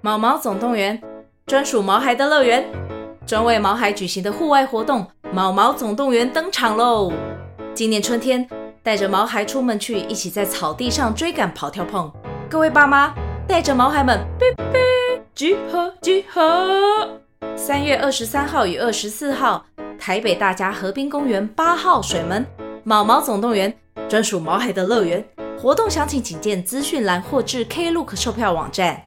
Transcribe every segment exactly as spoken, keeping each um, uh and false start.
毛毛总动员，专属毛孩的乐园。专为毛孩举行的户外活动毛毛总动员登场喽！今年春天，带着毛孩出门去，一起在草地上追赶跑跳碰。各位爸妈，带着毛孩们，哔哔，集合集合！三月二十三号与二十四号，台北大家河滨公园八号水门毛毛总动员，专属毛孩的乐园。活动详情请见资讯栏或至 Klook 售票网站。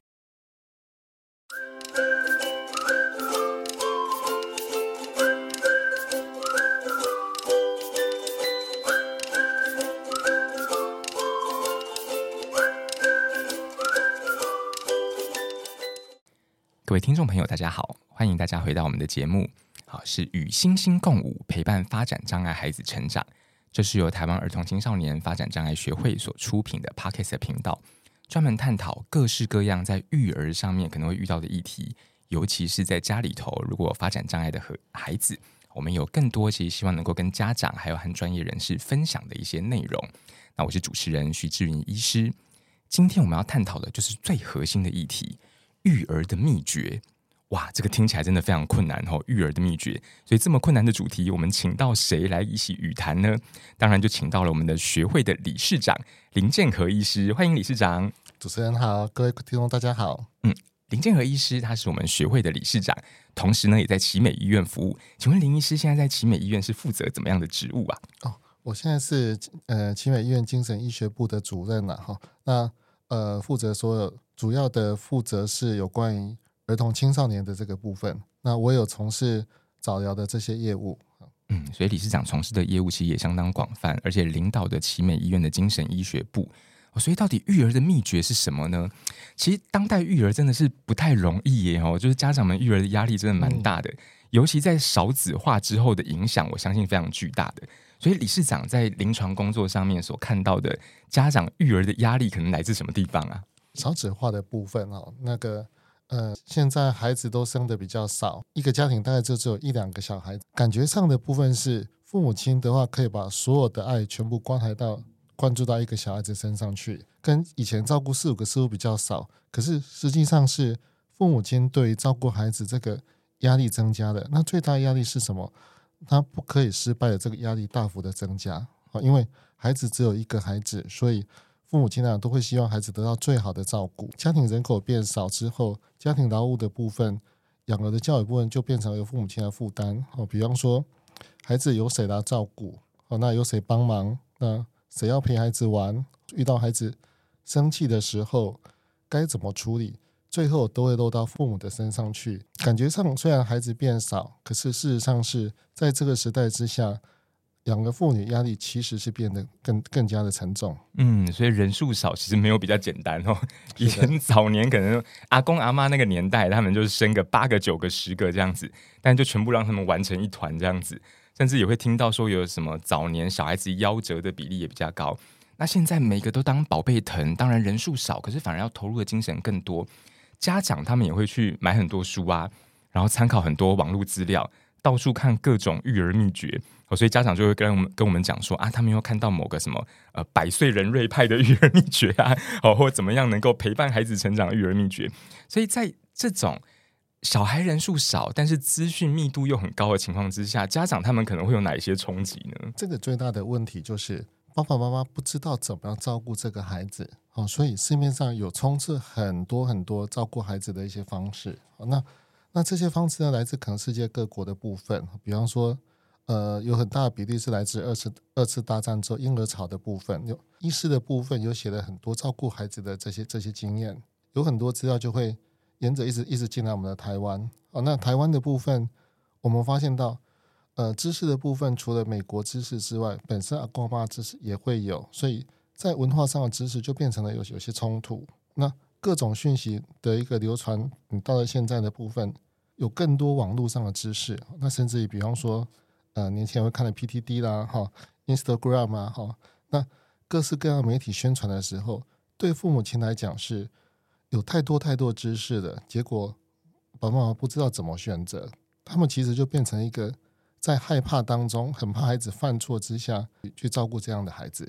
各位听众朋友大家好，欢迎大家回到我们的节目，好，是与星星共舞，陪伴发展障碍孩子成长。这是由台湾儿童青少年发展障碍学会所出品的 Podcast 频道，专门探讨各式各样在育儿上面可能会遇到的议题，尤其是在家里头如果有发展障碍的孩子，我们有更多其实希望能够跟家长还有和专业人士分享的一些内容。那我是主持人徐志云医师，今天我们要探讨的就是最核心的议题，育儿的秘诀。哇，这个听起来真的非常困难哦，育儿的秘诀。所以这么困难的主题，我们请到谁来一起语谈呢？当然就请到了我们的学会的理事长林建和医师，欢迎理事长。 主持人好，各位听众大家好。 嗯，林建和医师他是我们学会的理事长，同时呢也在奇美医院服务。请问林医师现在在奇美医院是负责怎么样的职务啊？ 哦，我现在是呃奇美医院精神医学部的主任啊，那呃负责所有主要的负责是有关于儿童青少年的这个部分，那我有从事早疗的这些业务。 嗯，所以理事长从事的业务其实也相当广泛，而且领导的奇美医院的精神医学部。所以到底育儿的秘诀是什么呢？其实当代育儿真的是不太容易耶，就是家长们育儿的压力真的蛮大的、嗯、尤其在少子化之后的影响，我相信非常巨大的。所以理事长在临床工作上面所看到的家长育儿的压力可能来自什么地方啊？ 少子化的部分哦，那个呃，现在孩子都生的比较少，一个家庭大概就只有一两个小孩，感觉上的部分是父母亲的话可以把所有的爱全部关怀到关注到一个小孩子身上去，跟以前照顾四五个似乎比较少，可是实际上是父母亲对于照顾孩子这个压力增加的。那最大的压力是什么？他不可以失败的这个压力大幅的增加，因为孩子只有一个孩子，所以父母亲都会希望孩子得到最好的照顾。家庭人口变少之后，家庭劳务的部分、养儿的教育部分就变成由父母亲的负担。比方说孩子由谁来照顾，那由谁帮忙，那谁要陪孩子玩，遇到孩子生气的时候该怎么处理，最后都会落到父母的身上去。感觉上虽然孩子变少，可是事实上是在这个时代之下，养儿妇女压力其实是变得 更, 更加的沉重。 嗯，所以人数少其实没有比较简单哦。以前早年可能阿公阿妈那个年代，他们就是生个八个九个十个这样子，但就全部让他们完成一团这样子，甚至也会听到说有什么早年小孩子夭折的比例也比较高。那现在每个都当宝贝疼，当然人数少，可是反而要投入的精神更多。家长他们也会去买很多书啊，然后参考很多网络资料，到处看各种育儿秘诀。所以家长就会跟我们跟我们讲说啊，他们又看到某个什么呃百岁人瑞派的育儿秘诀啊，或怎么样能够陪伴孩子成长的育儿秘诀。所以在这种小孩人数少，但是资讯密度又很高的情况之下，家长他们可能会有哪一些冲击呢？ 这个最大的问题就是爸爸妈妈不知道怎么样照顾这个孩子，哦，所以市面上有充斥很多很多照顾孩子的一些方式。哦，那那这些方式呢，来自可能世界各国的部分，比方说呃，有很大的比例是来自二次二次大战之后婴儿潮的部分，有医师的部分有写了很多照顾孩子的这些这些经验，有很多资料就会沿着一直一直进来我们的台湾。哦，那台湾的部分，我们发现到，呃，知识的部分除了美国知识之外，本身阿公阿嬷知识也会有，所以在文化上的知识就变成了有有些冲突。那各种讯息的一个流传，你到了现在的部分，有更多网络上的知识，那甚至于比方说。呃，年轻人会看的 P T D 啦、哈 Instagram 啊，哈，那各式各样的媒体宣传的时候，对父母亲来讲是有太多太多知识的，结果爸爸妈妈不知道怎么选择，他们其实就变成一个在害怕当中，很怕孩子犯错之下去照顾这样的孩子。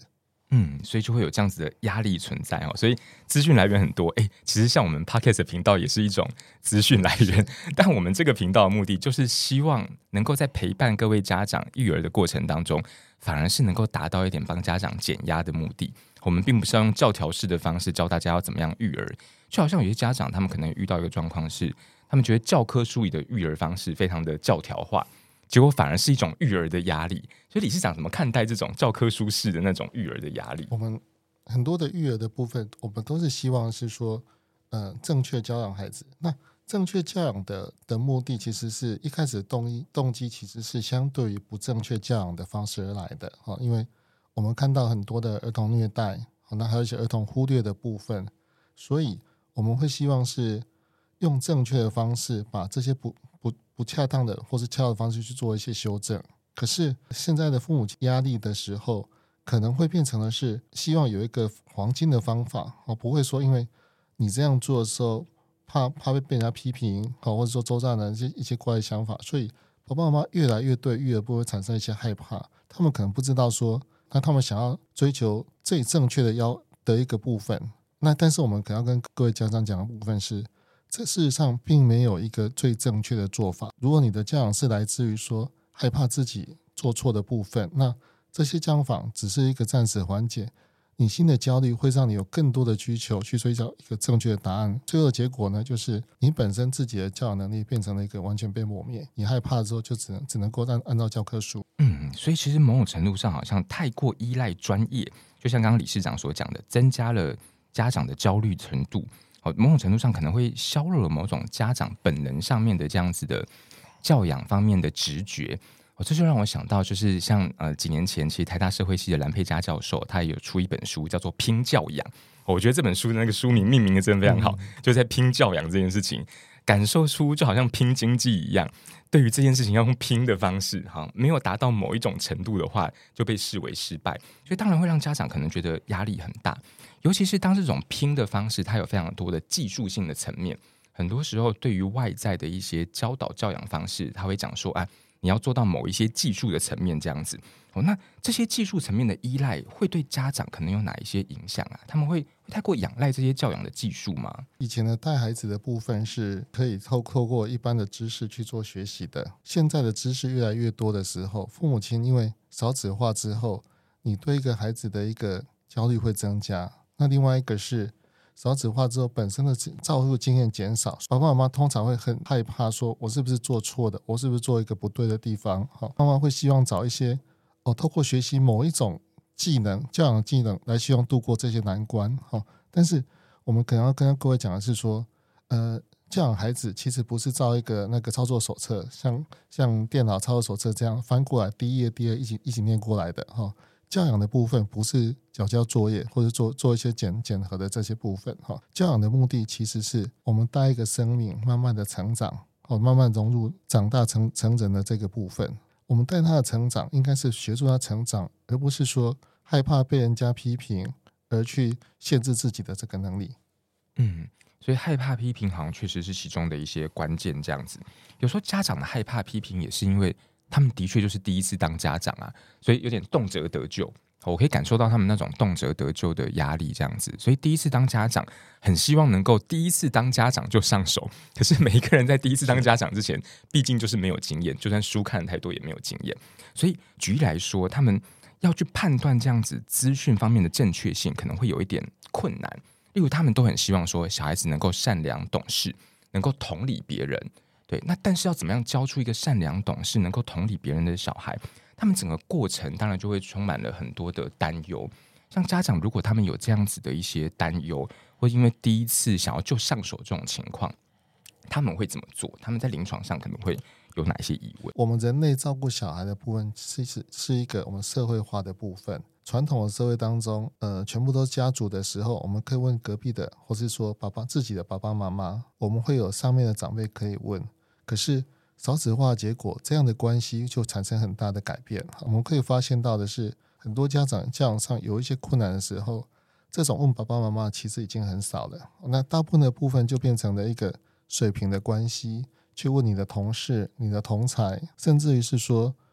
嗯，所以就会有这样子的压力存在哦。所以资讯来源很多，哎，其实像我们 Podcast 的频道也是一种资讯来源，但我们这个频道的目的就是希望能够在陪伴各位家长育儿的过程当中，反而是能够达到一点帮家长减压的目的。我们并不是要用教条式的方式教大家要怎么样育儿，就好像有些家长他们可能遇到一个状况是，他们觉得教科书里的育儿方式非常的教条化，结果反而是一种育儿的压力。所以理事长怎么看待这种教科书式的那种育儿的压力？ 我们很多的育儿的部分，我们都是希望是说，呃，正确教养孩子。那正确教养的的目的，其实是一开始的动机动机其实是相对于不正确教养的方式而来的。哦，因为我们看到很多的儿童虐待，哦，那还有一些儿童忽略的部分，所以我们会希望是用正确的方式把这些不不不恰当的或是恰当的方式去做一些修正。可是现在的父母压力的时候，可能会变成的是希望有一个黄金的方法，哦，不会说因为你这样做的时候怕怕被被人家批评，哦，或者说周遭人一些一些怪的想法，所以爸爸妈妈越来越对育儿部会产生一些害怕。他们可能不知道说，那他们想要追求最正确的要的一个部分，那但是我们可能要跟各位家长讲的部分是，这事实上并没有一个最正确的做法。如果你的教养是来自于说害怕自己做错的部分，那这些教养法只是一个暂时缓解你新的焦虑，会让你有更多的需求去追找一个正确的答案。最后的结果呢，就是你本身自己的教养能力变成了一个完全被磨灭，你害怕之后就只能只能够按按照教科书。 嗯，所以其实某种程度上好像太过依赖专业，就像刚刚理事长所讲的，增加了家长的焦虑程度。某种程度上可能会削弱了某种家长本能上面的这样子的教养方面的直觉。哦，这就让我想到，就是像呃几年前，其实台大社会系的蓝佩嘉教授，他也有出一本书，叫做《拼教养》。哦，我觉得这本书的那个书名命名的真的非常好，嗯、就在拼教养这件事情，感受出就好像拼经济一样，对于这件事情要用拼的方式，哈，没有达到某一种程度的话，就被视为失败，所以当然会让家长可能觉得压力很大。尤其是当这种拼的方式，它有非常多的技术性的层面，很多时候对于外在的一些教导教养方式，他会讲说，啊，你要做到某一些技术的层面这样子。哦，那这些技术层面的依赖会对家长可能有哪一些影响啊？他们会会太过仰赖这些教养的技术吗？ 以前的带孩子的部分是可以透透过一般的知识去做学习的，现在的知识越来越多的时候，父母亲因为少子化之后，你对一个孩子的一个焦虑会增加。那另外一个是少子化之后本身的照护经验减少，爸爸妈妈通常会很害怕说，我是不是做错的，我是不是做一个不对的地方。妈妈会希望找一些哦，透过学习某一种技能，教养技能来希望度过这些难关。哦，但是我们可能要跟各位讲的是说，呃，教养孩子其实不是照一个那个操作手册，像像电脑操作手册这样翻过来第一页第二页一起一起念过来的。哦，教养的部分不是缴交作业或者做做一些检检核的这些部分。哦，教养的目的其实是我们带一个生命慢慢的成长，哦，慢慢融入长大成成人的这个部分。我们带他的成长应该是协助他成长，而不是说害怕被人家批评而去限制自己的这个能力。 嗯，所以害怕批评好像确实是其中的一些关键这样子。有时候家长的害怕批评也是因为他们的确就是第一次当家长啊，所以有点动辄得咎。我可以感受到他们那种动辄得咎的压力这样子，所以第一次当家长很希望能够第一次当家长就上手，可是每一个人在第一次当家长之前毕竟就是没有经验，就算书看太多也没有经验，所以举例来说，他们要去判断这样子资讯方面的正确性可能会有一点困难。例如他们都很希望说小孩子能够善良懂事，能够同理别人，对，那但是要怎么样教出一个善良懂事能够同理别人的小孩，他们整个过程当然就会充满了很多的担忧。像家长如果他们有这样子的一些担忧，或因为第一次想要就上手这种情况，他们会怎么做？他们在临床上可能会有哪些疑问？ 我们人类照顾小孩的部分是是一个我们社会化的部分。传统的社会当中，呃，全部都是家族的时候，我们可以问隔壁的，或是说爸爸自己的爸爸妈妈，我们会有上面的长辈可以问。可是少子化的结果，这样的关系就产生很大的改变。我们可以发现到的是，很多家长教养上有一些困难的时候，这种问爸爸妈妈其实已经很少了。那大部分的部分就变成了一个水平的关系，去问你的同事、你的同才，甚至于是说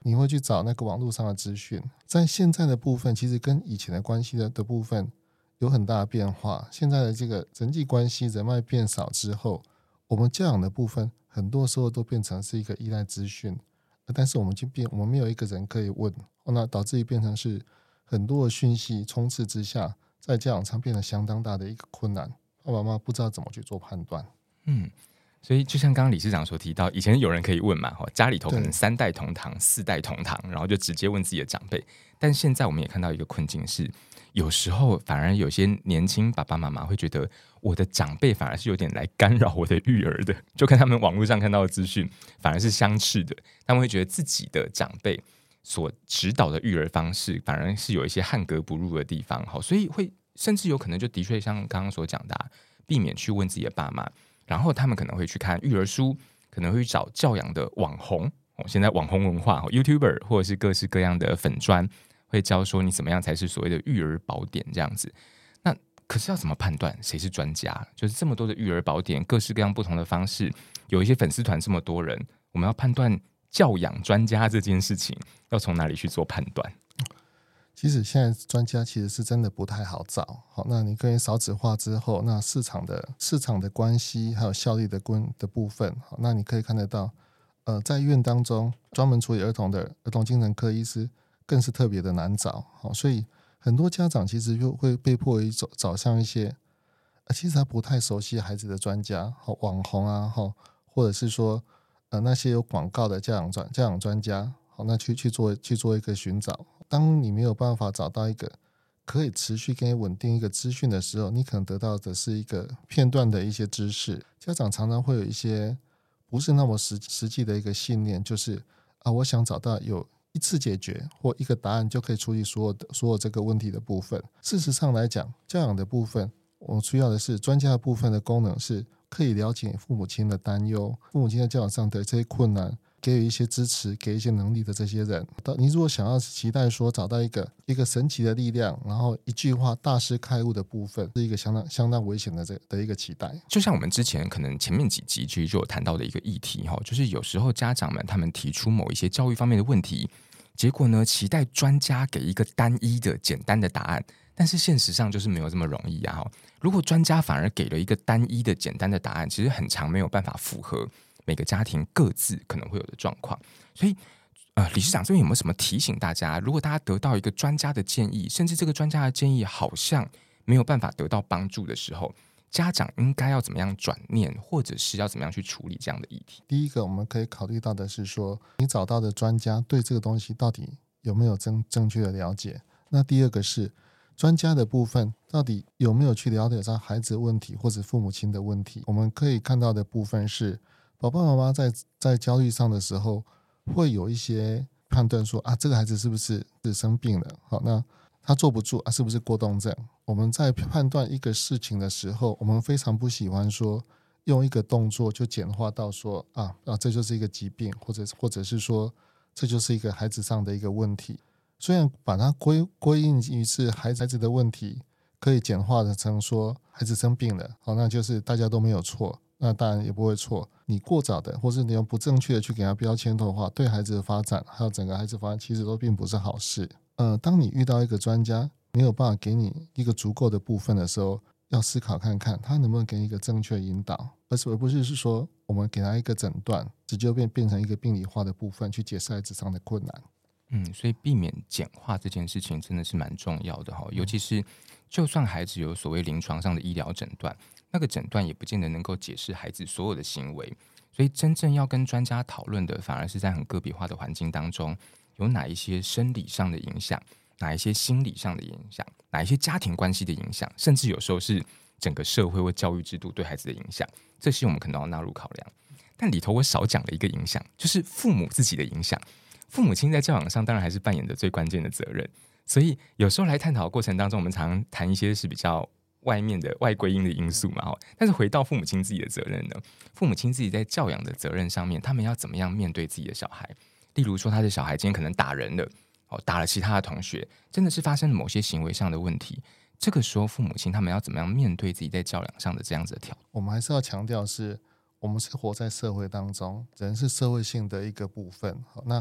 你会去找那个网络上的资讯。在现在的部分，其实跟以前的关系 的, 的部分有很大的变化。现在的这个人际关系人脉变少之后，我们教养的部分很多时候都变成是一个依赖资讯，但是我们就变我们没有一个人可以问，那导致于变成是很多的讯息冲刺之下，在教养上变得相当大的一个困难，爸爸妈妈不知道怎么去做判断。 嗯，所以就像刚刚理事长所提到，以前有人可以问嘛，家里头可能三代同堂四代同堂，然后就直接问自己的长辈。但现在我们也看到一个困境是，有时候反而有些年轻爸爸妈妈会觉得我的长辈反而是有点来干扰我的育儿的，就跟他们网络上看到的资讯反而是相斥的。他们会觉得自己的长辈所指导的育儿方式反而是有一些汉格不入的地方，所以会甚至有可能就的确像刚刚所讲的、啊、避免去问自己的爸妈，然后他们可能会去看育儿书，可能会去找教养的网红，现在网红文化 YouTuber 或者是各式各样的粉专会教说你怎么样才是所谓的育儿宝典这样子。那可是要怎么判断谁是专家？就是这么多的育儿宝典，各式各样不同的方式，有一些粉丝团这么多人，我们要判断教养专家这件事情要从哪里去做判断？ 其实现在专家其实是真的不太好找。好，那你可以少子化之后，那市场的市场的关系还有效率 的, 的部分，好，那你可以看得到，呃，在医院当中专门处理儿童的儿童精神科医师更是特别的难找。好，所以很多家长其实就会被迫于走找向一些、呃、其实他不太熟悉孩子的专家，好，网红啊，好，或者是说、呃、那些有广告的教养专教养专家，好，那去去做去做一个寻找。当你没有办法找到一个可以持续跟稳定一个资讯的时候，你可能得到的是一个片段的一些知识。家长常常会有一些不是那么 实, 实际的一个信念，就是啊，我想找到有一次解决或一个答案就可以处理所有的所有这个问题的部分。事实上来讲，教养的部分我们需要的是专家的部分的功能，是可以了解父母亲的担忧，父母亲在教养上的这些困难，给予一些支持，给一些能力的这些人。你如果想要期待说找到一个一个神奇的力量，然后一句话大师开悟的部分，是一个相当相当危险的这的一个期待。 就像我们之前可能前面几集其实就有谈到的一个议题，就是有时候家长们他们提出某一些教育方面的问题，结果呢期待专家给一个单一的简单的答案，但是现实上就是没有这么容易啊。如果专家反而给了一个单一的简单的答案，其实很常没有办法符合每个家庭各自可能会有的状况。所以呃，理事长这边有没有什么提醒大家，如果大家得到一个专家的建议，甚至这个专家的建议好像没有办法得到帮助的时候，家长应该要怎么样转念，或者是要怎么样去处理这样的议题？ 第一个我们可以考虑到的是说，你找到的专家对这个东西到底有没有 正, 正确的了解。那第二个是专家的部分到底有没有去了解到孩子的问题或者父母亲的问题。我们可以看到的部分是，爸爸妈妈 在, 在焦虑上的时候会有一些判断说啊，这个孩子是不是生病了，好，那他坐不住啊，是不是过动症。我们在判断一个事情的时候，我们非常不喜欢说用一个动作就简化到说 啊, 啊这就是一个疾病，或者或者是说这就是一个孩子上的一个问题。虽然把它 归, 归因于是孩子的问题，可以简化成说孩子生病了，好，那就是大家都没有错，那当然也不会错。你过早的或是你用不正确的去给他标签的话，对孩子的发展还有整个孩子发展其实都并不是好事。呃，当你遇到一个专家没有办法给你一个足够的部分的时候，要思考看看他能不能给你一个正确引导，而是而不是是说我们给他一个诊断，直接变变成一个病理化的部分去解释孩子上的困难。 嗯，所以避免简化这件事情真的是蛮重要的，尤其是就算孩子有所谓临床上的医疗诊断，那个诊断也不见得能够解释孩子所有的行为，所以真正要跟专家讨论的反而是在很个别化的环境当中，有哪一些生理上的影响，哪一些心理上的影响，哪一些家庭关系的影响，甚至有时候是整个社会或教育制度对孩子的影响，这些我们可能要纳入考量。但里头我少讲了一个影响，就是父母自己的影响。父母亲在教养上当然还是扮演着最关键的责任，所以有时候来探讨的过程当中，我们常常谈一些是比较外面的外归因的因素嘛，但是回到父母亲自己的责任呢，父母亲自己在教养的责任上面，他们要怎么样面对自己的小孩？例如说他的小孩今天可能打人了，打了其他的同学，真的是发生了某些行为上的问题，这个时候父母亲他们要怎么样面对自己在教养上的这样子的挑战？ 我们还是要强调是我们是活在社会当中，人是社会性的一个部分。好，那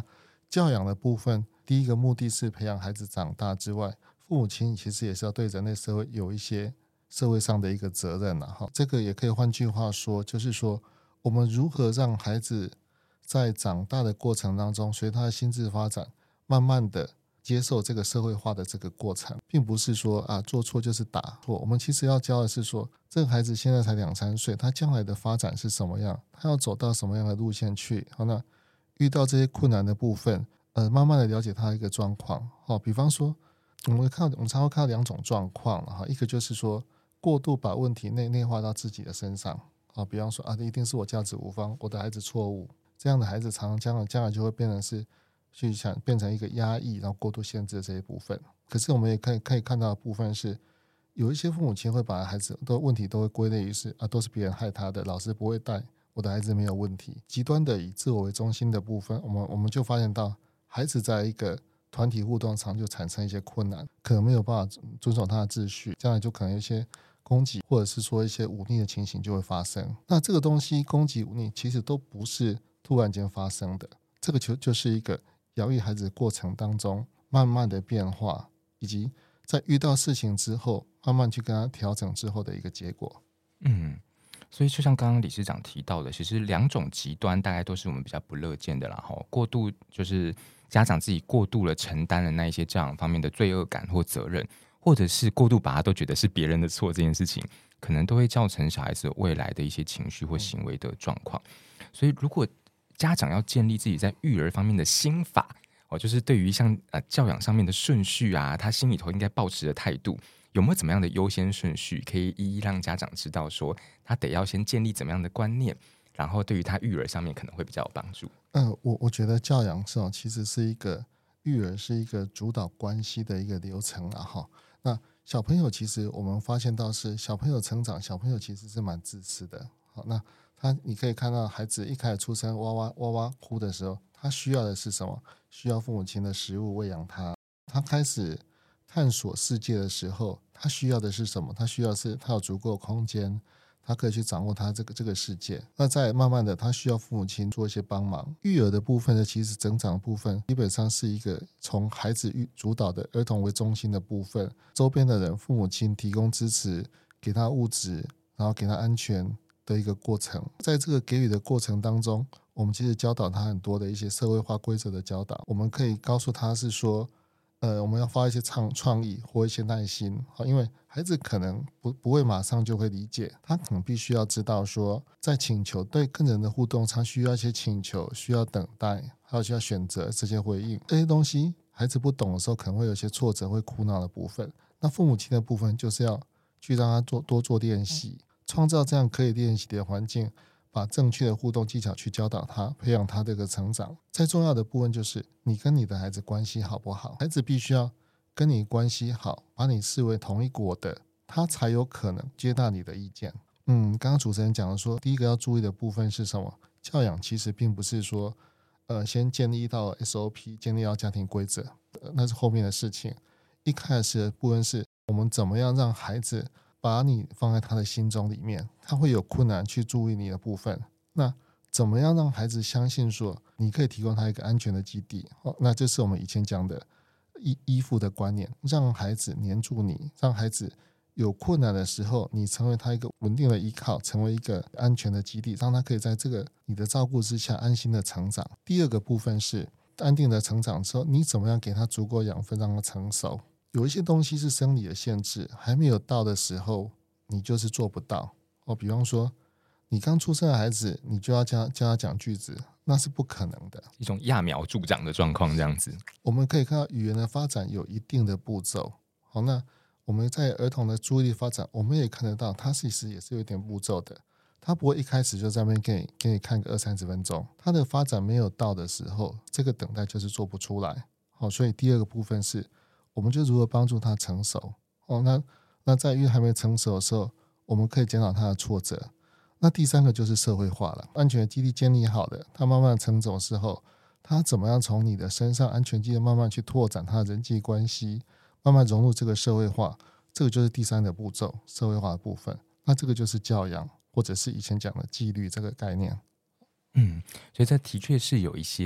教养的部分，第一个目的是培养孩子长大之外，父母亲其实也是要对人类社会有一些社会上的一个责任啊。这个也可以换句话说，就是说我们如何让孩子在长大的过程当中，随他的心智发展，慢慢的接受这个社会化的这个过程，并不是说啊做错就是打错。我们其实要教的是说，这个孩子现在才两三岁，他将来的发展是什么样，他要走到什么样的路线去。好，那遇到这些困难的部分，呃，慢慢的了解他的一个状况。好，比方说，我们看我们常会看到两种状况哈，一个就是说过度把问题内内化到自己的身上。好，比方说啊，一定是我价值无方，我的孩子错误，这样的孩子常常将来将来就会变成是去想变成一个压抑，然后过度限制的这一部分。可是我们也可以可以看到的部分是，有一些父母亲会把孩子的问题都会归类于是啊，都是别人害他的，老师不会带，我的孩子没有问题。极端的以自我为中心的部分，我们我们就发现到孩子在一个团体互动上就产生一些困难，可能没有办法遵守他的秩序，将来就可能有一些攻击或者是说一些忤逆的情形就会发生。那这个东西攻击忤逆其实都不是突然间发生的，这个就就是一个养育孩子的过程当中慢慢的变化，以及在遇到事情之后慢慢去跟他调整之后的一个结果。 嗯，所以就像刚刚理事长提到的，其实两种极端大概都是我们比较不乐见的啦。过度就是家长自己过度了承担了那一些教养方面的罪恶感或责任，或者是过度把他都觉得是别人的错，这件事情可能都会造成小孩子未来的一些情绪或行为的状况。所以如果家长要建立自己在育儿方面的心法，哦，就是对于像、呃、教养上面的顺序啊，他心里头应该抱持的态度，有没有怎么样的优先顺序，可以一一让家长知道说他得要先建立怎么样的观念，然后对于他育儿上面可能会比较有帮助。 呃，我我觉得教养是、哦、其实是一个育儿是一个主导关系的一个流程啊哈。那小朋友其实我们发现到是小朋友成长，小朋友其实是蛮自私的。好，那他你可以看到孩子一开始出生哇哇哇哇哭的时候，他需要的是什么？需要父母亲的食物喂养他。他开始探索世界的时候，他需要的是什么？他需要的是他有足够的空间，他可以去掌握他这个这个世界。那再慢慢的，他需要父母亲做一些帮忙。育儿的部分呢，其实成长的部分基本上是一个从孩子主导的儿童为中心的部分，周边的人父母亲提供支持，给他物质，然后给他安全的一个过程。在这个给予的过程当中，我们其实教导他很多的一些社会化规则的教导。我们可以告诉他是说呃，我们要发一些创创意或一些耐心，因为孩子可能不不会马上就会理解，他可能必须要知道说，在请求对跟人的互动，他需要一些请求，需要等待，还有需要选择这些回应，这些东西孩子不懂的时候，可能会有些挫折，会哭闹的部分。那父母亲的部分就是要去让他做多做练习，创造这样可以练习的环境，把正确的互动技巧去教导他，培养他这个成长。最重要的部分就是你跟你的孩子关系好不好，孩子必须要跟你关系好，把你视为同一国的，他才有可能接纳你的意见。嗯，刚刚主持人讲的说，第一个要注意的部分是什么？教养其实并不是说呃，先建立到 S O P， 建立到家庭规则、呃、那是后面的事情。一开始的部分是我们怎么样让孩子把你放在他的心中里面，他会有困难去注意你的部分。那怎么样让孩子相信说你可以提供他一个安全的基地、哦、那这是我们以前讲的依依附的观念，让孩子黏住你，让孩子有困难的时候你成为他一个稳定的依靠，成为一个安全的基地，让他可以在这个你的照顾之下安心的成长。第二个部分是安定的成长之后，你怎么样给他足够养分让他成熟。有一些东西是生理的限制，还没有到的时候你就是做不到、哦、比方说你刚出生的孩子你就要教教他讲句子，那是不可能的， 一种揠苗助长的状况这样子。 我们可以看到语言的发展有一定的步骤。好，那我们在儿童的注意力发展，我们也看得到它其实也是有点步骤的，他不会一开始就在那边给你给你看个二三十分钟，他的发展没有到的时候，这个等待就是做不出来。好，所以第二个部分是我们就如何帮助他成熟。哦，那那在育还没成熟的时候，我们可以减少他的挫折。那第三个就是社会化了，安全的基地建立好了，他慢慢成长之后，他怎么样从你的身上安全基地慢慢去拓展他的人际关系，慢慢融入这个社会化，这个就是第三个步骤，社会化的部分。那这个就是教养，或者是以前讲的纪律这个概念。 嗯，所以这的确是有一些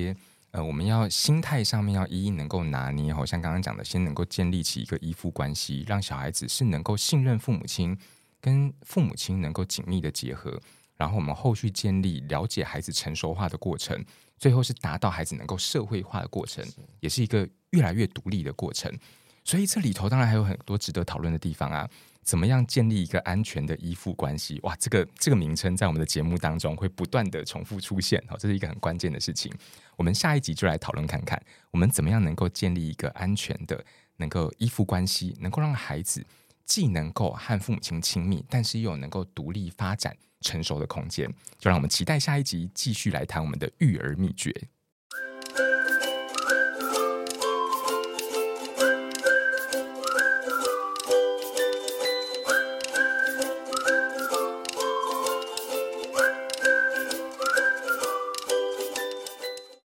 呃，我们要心态上面要一一能够拿捏，像刚刚讲的，先能够建立起一个依附关系，让小孩子是能够信任父母亲，跟父母亲能够紧密的结合，然后我们后续建立了解孩子成熟化的过程，最后是达到孩子能够社会化的过程，也是一个越来越独立的过程。所以这里头当然还有很多值得讨论的地方啊，怎么样建立一个安全的依附关系？哇，这个这个名称在我们的节目当中会不断的重复出现，这是一个很关键的事情。我们下一集就来讨论看看，我们怎么样能够建立一个安全的能够依附关系，能够让孩子既能够和父母亲亲密，但是又能够独立发展成熟的空间。就让我们期待下一集继续来谈我们的育儿秘诀。